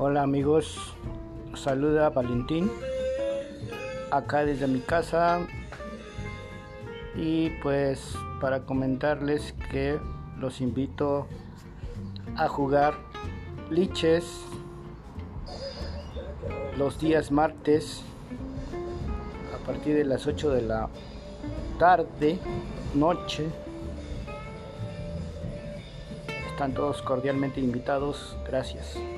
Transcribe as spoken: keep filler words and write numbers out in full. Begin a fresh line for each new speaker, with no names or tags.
Hola amigos, saluda Valentín, acá desde mi casa, y pues para comentarles que los invito a jugar liches los días martes a partir de las ocho de la tarde, noche. Están todos cordialmente invitados. Gracias.